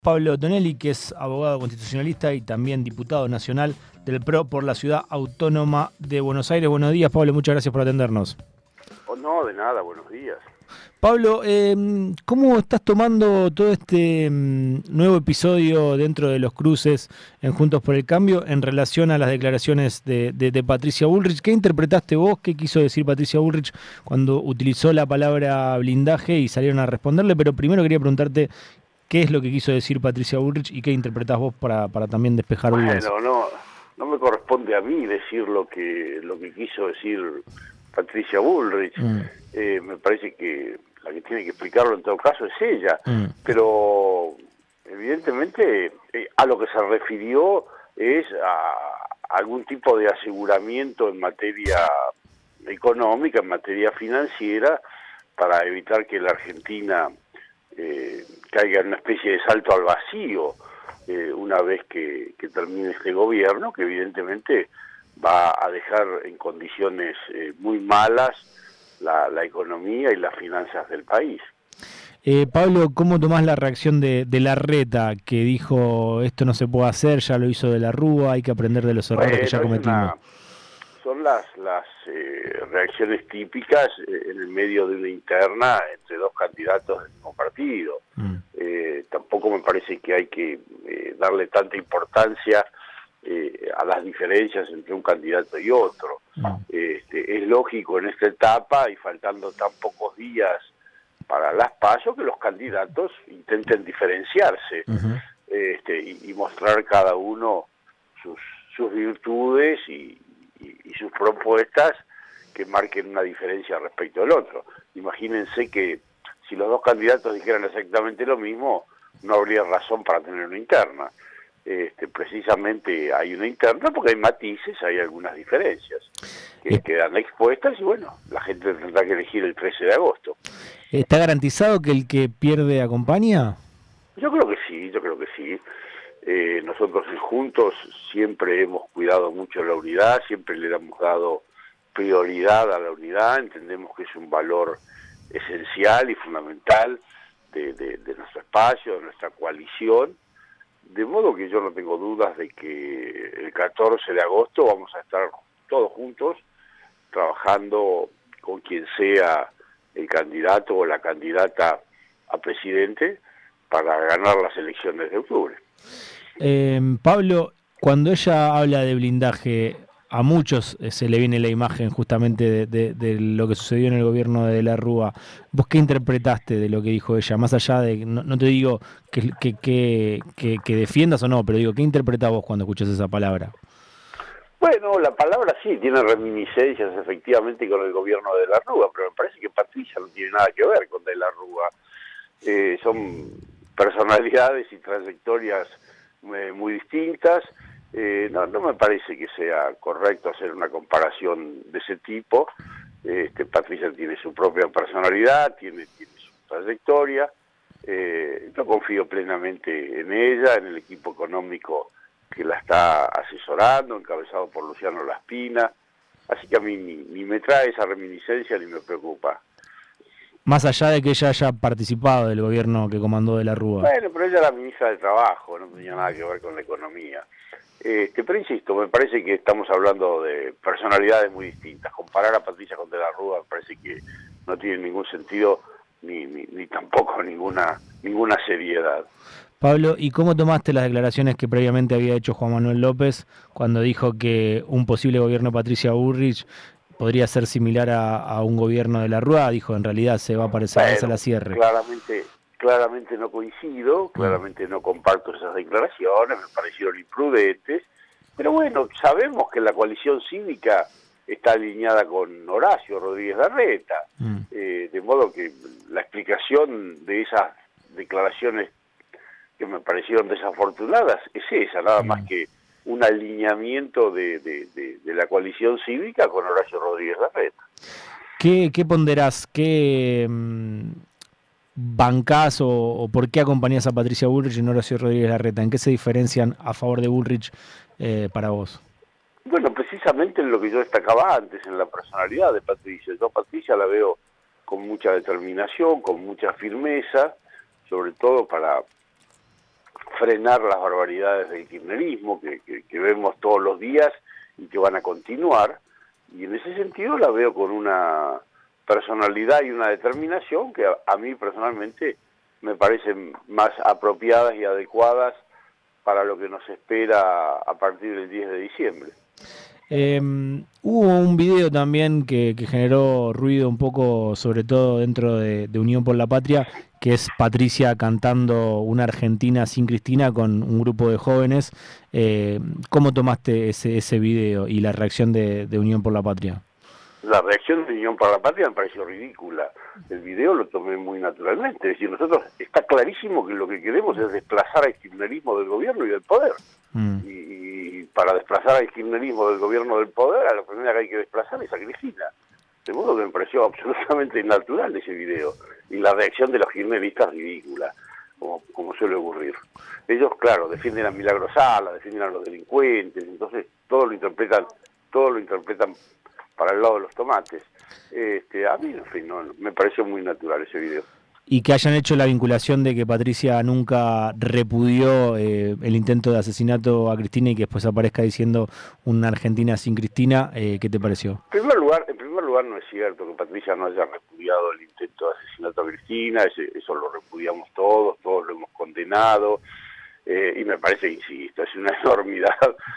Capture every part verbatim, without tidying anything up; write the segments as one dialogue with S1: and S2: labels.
S1: Pablo Tonelli, que es abogado constitucionalista y también diputado nacional del P R O por la Ciudad Autónoma de Buenos Aires. Buenos días, Pablo, muchas gracias por atendernos.
S2: Oh, no, de nada, buenos días.
S1: Pablo, eh, ¿cómo estás tomando todo este mm, nuevo episodio dentro de los cruces en Juntos por el Cambio en relación a las declaraciones de, de, de Patricia Bullrich? ¿Qué interpretaste vos? ¿Qué quiso decir Patricia Bullrich cuando utilizó la palabra blindaje y salieron a responderle? Pero primero quería preguntarte qué es lo que quiso decir Patricia Bullrich y qué interpretás vos para, para también despejar dudas.
S2: Bueno, no, no me corresponde a mí decir lo que lo que quiso decir Patricia Bullrich. Mm. Eh, me parece que la que tiene que explicarlo en todo caso es ella. Mm. Pero evidentemente eh, a lo que se refirió es a algún tipo de aseguramiento en materia económica, en materia financiera, para evitar que la Argentina eh, caiga en una especie de salto al vacío eh, una vez que, que termine este gobierno, que evidentemente va a dejar en condiciones eh, muy malas la, la economía y las finanzas del país.
S1: Eh, Pablo, ¿cómo tomás la reacción de, de Larreta, que dijo esto no se puede hacer, ya lo hizo de la Rúa, hay que aprender de los errores bueno, que ya cometimos?
S2: Una, son las, las eh, reacciones típicas eh, en el medio de una interna entre dos candidatos del mismo partido. Mm. Eh, tampoco me parece que hay que eh, darle tanta importancia eh, a las diferencias entre un candidato y otro. Mm. Este, es lógico en esta etapa y faltando tan pocos días para las PASO que los candidatos intenten diferenciarse uh-huh. este, y, y mostrar cada uno sus, sus virtudes y, y, y sus propuestas que marquen una diferencia respecto al otro. Imagínense que si los dos candidatos dijeran exactamente lo mismo, no habría razón para tener una interna. Este, precisamente hay una interna porque hay matices, hay algunas diferencias que eh. quedan expuestas y bueno, la gente tendrá que elegir el trece de agosto.
S1: ¿Está garantizado que el que pierde acompaña?
S2: Yo creo que sí, yo creo que sí. Eh, nosotros en Juntos siempre hemos cuidado mucho la unidad, siempre le hemos dado prioridad a la unidad, entendemos que es un valor esencial y fundamental de, de, de nuestro espacio, de nuestra coalición, de modo que yo no tengo dudas de que el catorce de agosto vamos a estar todos juntos trabajando con quien sea el candidato o la candidata a presidente para ganar las elecciones de octubre.
S1: Eh, Pablo, cuando ella habla de blindaje, a muchos se le viene la imagen justamente de, de, de lo que sucedió en el gobierno de la Rúa. ¿Vos qué interpretaste de lo que dijo ella? Más allá de, no, no te digo que, que, que, que, que defiendas o no, pero digo, ¿qué interpretás vos cuando escuchas esa palabra?
S2: Bueno, la palabra sí tiene reminiscencias efectivamente con el gobierno de la Rúa, pero me parece que Patricia no tiene nada que ver con de la Rúa. Eh, son personalidades y trayectorias eh, muy distintas. Eh, no, no me parece que sea correcto hacer una comparación de ese tipo. Este, Patricia tiene su propia personalidad, tiene, tiene su trayectoria. Eh, yo confío plenamente en ella, en el equipo económico que la está asesorando, encabezado por Luciano Laspina, así que a mí ni, ni me trae esa reminiscencia ni me preocupa.
S1: Más allá de que ella haya participado del gobierno que comandó de la Rúa.
S2: Bueno, pero ella era ministra de Trabajo, no tenía nada que ver con la economía. Este, pero insisto, me parece que estamos hablando de personalidades muy distintas. Comparar a Patricia con de la Rúa me parece que no tiene ningún sentido ni, ni, ni tampoco ninguna, ninguna seriedad.
S1: Pablo, ¿y cómo tomaste las declaraciones que previamente había hecho Juan Manuel López cuando dijo que un posible gobierno de Patricia Bullrich podría ser similar a, a un gobierno de la Rúa? Dijo, en realidad se va a parecer bueno, a la Sierra.
S2: Claramente, claramente no coincido, claramente no comparto esas declaraciones, me parecieron imprudentes, pero bueno, sabemos que la coalición cívica está alineada con Horacio Rodríguez Larreta, mm. eh, de modo que la explicación de esas declaraciones que me parecieron desafortunadas es esa, nada más que un alineamiento de, de, de, de la coalición cívica con Horacio Rodríguez Larreta.
S1: ¿Qué, qué ponderás, qué mmm, bancás o, o por qué acompañás a Patricia Bullrich y no Horacio Rodríguez Larreta? ¿En qué se diferencian a favor de Bullrich eh, para vos?
S2: Bueno, precisamente en lo que yo destacaba antes, en la personalidad de Patricia. Yo a Patricia la veo con mucha determinación, con mucha firmeza, sobre todo para frenar las barbaridades del kirchnerismo que, que, que vemos todos los días y que van a continuar, y en ese sentido la veo con una personalidad y una determinación que a, a mí personalmente me parecen más apropiadas y adecuadas para lo que nos espera a partir del diez de diciembre.
S1: Eh, hubo un video también que, que generó ruido un poco, sobre todo dentro de, de Unión por la Patria, que es Patricia cantando Una Argentina sin Cristina con un grupo de jóvenes. Eh, ¿Cómo tomaste ese, ese video y la reacción de, de Unión por la Patria?
S2: La reacción de Unión por la Patria me pareció ridícula. El video lo tomé muy naturalmente. Es decir, nosotros está clarísimo que lo que queremos es desplazar al kirchnerismo del gobierno y del poder. Mm. Y, y para desplazar al kirchnerismo del gobierno del poder, a la primera que hay que desplazar es a Cristina. De modo que me pareció absolutamente natural ese video. Y la reacción de los kirchneristas ridícula, como, como suele ocurrir. Ellos, claro, defienden a Milagro Sala, defienden a los delincuentes, entonces todo lo interpretan, todo lo interpretan para el lado de los tomates. Este, a mí, en fin, no, me pareció muy natural ese video.
S1: Y que hayan hecho la vinculación de que Patricia nunca repudió eh, el intento de asesinato a Cristina y que después aparezca diciendo una Argentina sin Cristina, eh, ¿qué te pareció?
S2: En primer lugar, en primer lugar no es cierto que Patricia no haya repudiado el intento de asesinato a Cristina, ese, eso lo repudiamos todos, todos lo hemos condenado. Eh, y me parece, insisto, es una enormidad.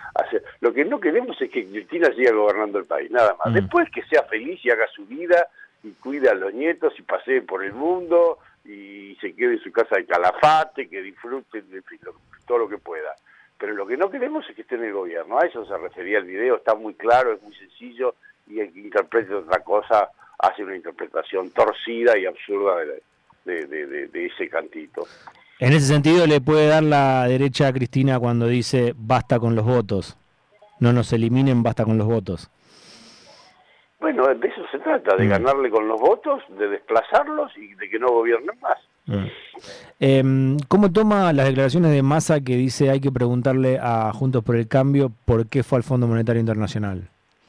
S2: Lo que no queremos es que Cristina siga gobernando el país, nada más. Mm. Después que sea feliz y haga su vida y cuide a los nietos y pasee por el mundo y se quede en su casa de Calafate, que disfrute de lo, todo lo que pueda. Pero lo que no queremos es que esté en el gobierno. A eso se refería el video, está muy claro, es muy sencillo, y el que interprete otra cosa hace una interpretación torcida y absurda de, de, de, de, de ese cantito.
S1: En ese sentido, ¿le puede dar la derecha a Cristina cuando dice basta con los votos? No nos eliminen, basta con los votos.
S2: Bueno, de eso se trata, de mm. ganarle con los votos, de desplazarlos y de que no gobiernen más.
S1: Mm. Eh, ¿Cómo toma las declaraciones de Massa que dice hay que preguntarle a Juntos por el Cambio por qué fue al Fondo Monetario Internacional?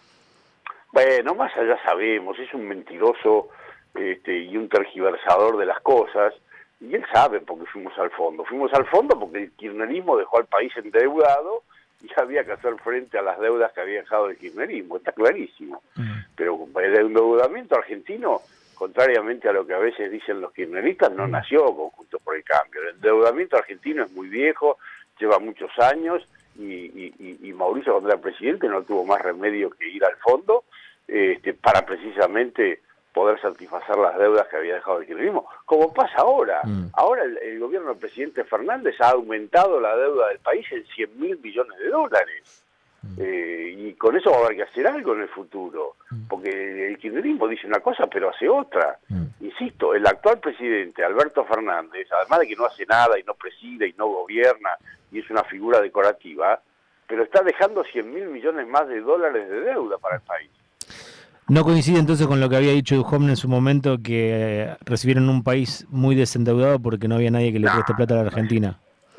S2: Bueno, Massa ya sabemos, es un mentiroso este, y un tergiversador de las cosas. Y él sabe por qué fuimos al fondo. Fuimos al fondo porque el kirchnerismo dejó al país endeudado y había que hacer frente a las deudas que había dejado el kirchnerismo. Está clarísimo. Uh-huh. Pero el endeudamiento argentino, contrariamente a lo que a veces dicen los kirchneristas, no nació con Juntos por el Cambio. El endeudamiento argentino es muy viejo, lleva muchos años y, y, y Mauricio, cuando era presidente, no tuvo más remedio que ir al fondo este, para precisamente poder satisfacer las deudas que había dejado el kirchnerismo, como pasa ahora. Mm. Ahora el, el gobierno del presidente Fernández ha aumentado la deuda del país en cien mil millones de dólares. Mm. Eh, y con eso va a haber que hacer algo en el futuro, mm. porque el kirchnerismo dice una cosa pero hace otra. Mm. Insisto, el actual presidente, Alberto Fernández, además de que no hace nada y no preside y no gobierna y es una figura decorativa, pero está dejando cien mil millones más de dólares de deuda para el país.
S1: ¿No coincide entonces con lo que había dicho Duhovne en su momento, que recibieron un país muy desendeudado porque no había nadie que le preste no, plata a la Argentina?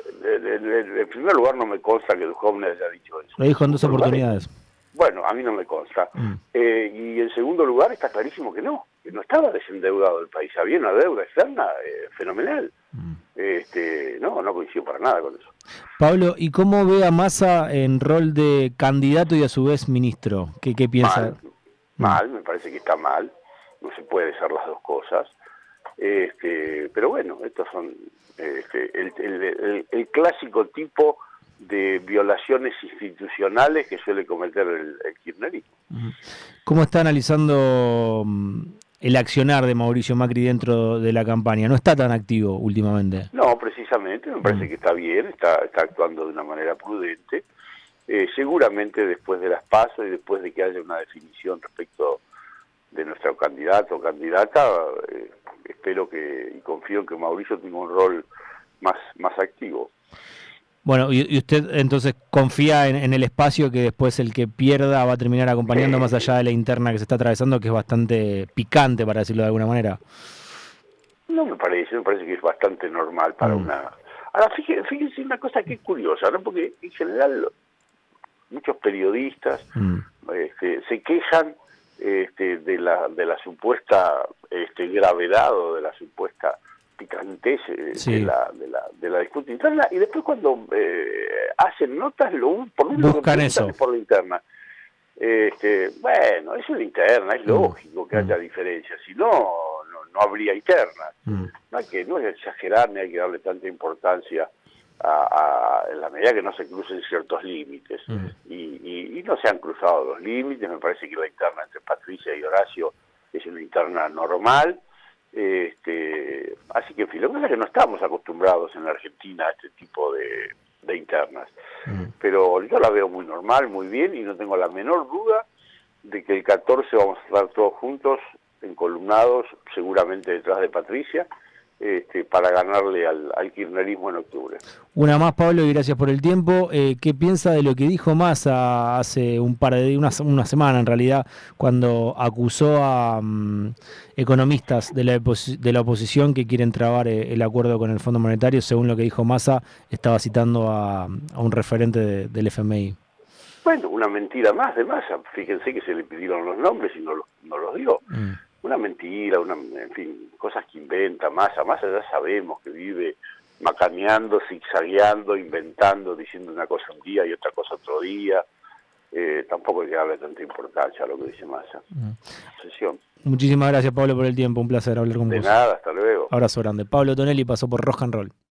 S2: En primer lugar, no me consta que Duhovne haya dicho eso.
S1: Lo dijo en dos
S2: en
S1: oportunidades.
S2: Lugar, bueno, a mí no me consta. Mm. Eh, y en segundo lugar, está clarísimo que no, que no estaba desendeudado el país. Había una deuda externa eh, fenomenal. Mm. Este, no, no coincido para nada con eso.
S1: Pablo, ¿y cómo ve a Massa en rol de candidato y a su vez ministro? ¿Qué, qué piensa?
S2: Mal. Mal, me parece que está mal, no se puede ser las dos cosas, este, pero bueno, estos son este, el, el, el, el clásico tipo de violaciones institucionales que suele cometer el, el kirchnerismo.
S1: ¿Cómo está analizando el accionar de Mauricio Macri dentro de la campaña? ¿No está tan activo últimamente?
S2: No, precisamente, me parece mm. que está bien, está, está actuando de una manera prudente. Eh, seguramente después de las PASO y después de que haya una definición respecto de nuestro candidato o candidata, eh, espero que y confío en que Mauricio tenga un rol más, más activo.
S1: Bueno, y, y usted entonces confía en, en el espacio que después el que pierda va a terminar acompañando, eh, más allá de la interna que se está atravesando, que es bastante picante, para decirlo de alguna manera.
S2: No me parece, me parece que es bastante normal para mm. una... Ahora, fíjense, fíjense una cosa que es curiosa, ¿no? Porque en general muchos periodistas mm. este, se quejan este, de la de la supuesta este, gravedad o de la supuesta picantez eh,
S1: Sí.
S2: de, la, de, la, de la disputa interna, y después cuando eh, hacen notas, lo, por lo único que
S1: Buscan
S2: preguntan
S1: eso.
S2: es por la interna. Este, bueno, eso es la interna, es
S1: Mm.
S2: lógico que
S1: Mm.
S2: haya diferencias, si no, no, no habría interna.
S1: Mm.
S2: No hay que, no hay que exagerar ni hay que darle tanta importancia a, a en la medida que no se crucen ciertos límites.
S1: Mm.
S2: Y, y, y no se han cruzado los límites. Me parece que la interna entre Patricia y Horacio es una interna normal. Este, así que en fin, lo que pasa es que no estamos acostumbrados en la Argentina a este tipo de, de internas.
S1: Mm.
S2: Pero yo la veo muy normal, muy bien, y no tengo la menor duda de que el catorce vamos a estar todos juntos, encolumnados, seguramente detrás de Patricia, este, para ganarle al, al kirchnerismo en octubre.
S1: Una más, Pablo, y gracias por el tiempo. Eh, ¿Qué piensa de lo que dijo Massa hace un par de una, una semana, en realidad, cuando acusó a um, economistas de la, de la oposición que quieren trabar eh, el acuerdo con el Fondo Monetario? Según lo que dijo Massa, estaba citando a, a un referente de, del F M I.
S2: Bueno, una mentira más de Massa. Fíjense que se le pidieron los nombres y no los, no los dio. Mm. Una mentira, una, en fin, cosas que inventa Massa. Massa ya sabemos que vive macaneando, zigzagueando, inventando, diciendo una cosa un día y otra cosa otro día. Eh, tampoco hay que darle tanta importancia a lo que dice Massa. Mm. Sesión.
S1: Muchísimas gracias, Pablo, por el tiempo. Un placer hablar con
S2: de
S1: vos.
S2: De nada, hasta luego.
S1: Abrazo grande. Pablo Tonelli pasó por Rock and Roll.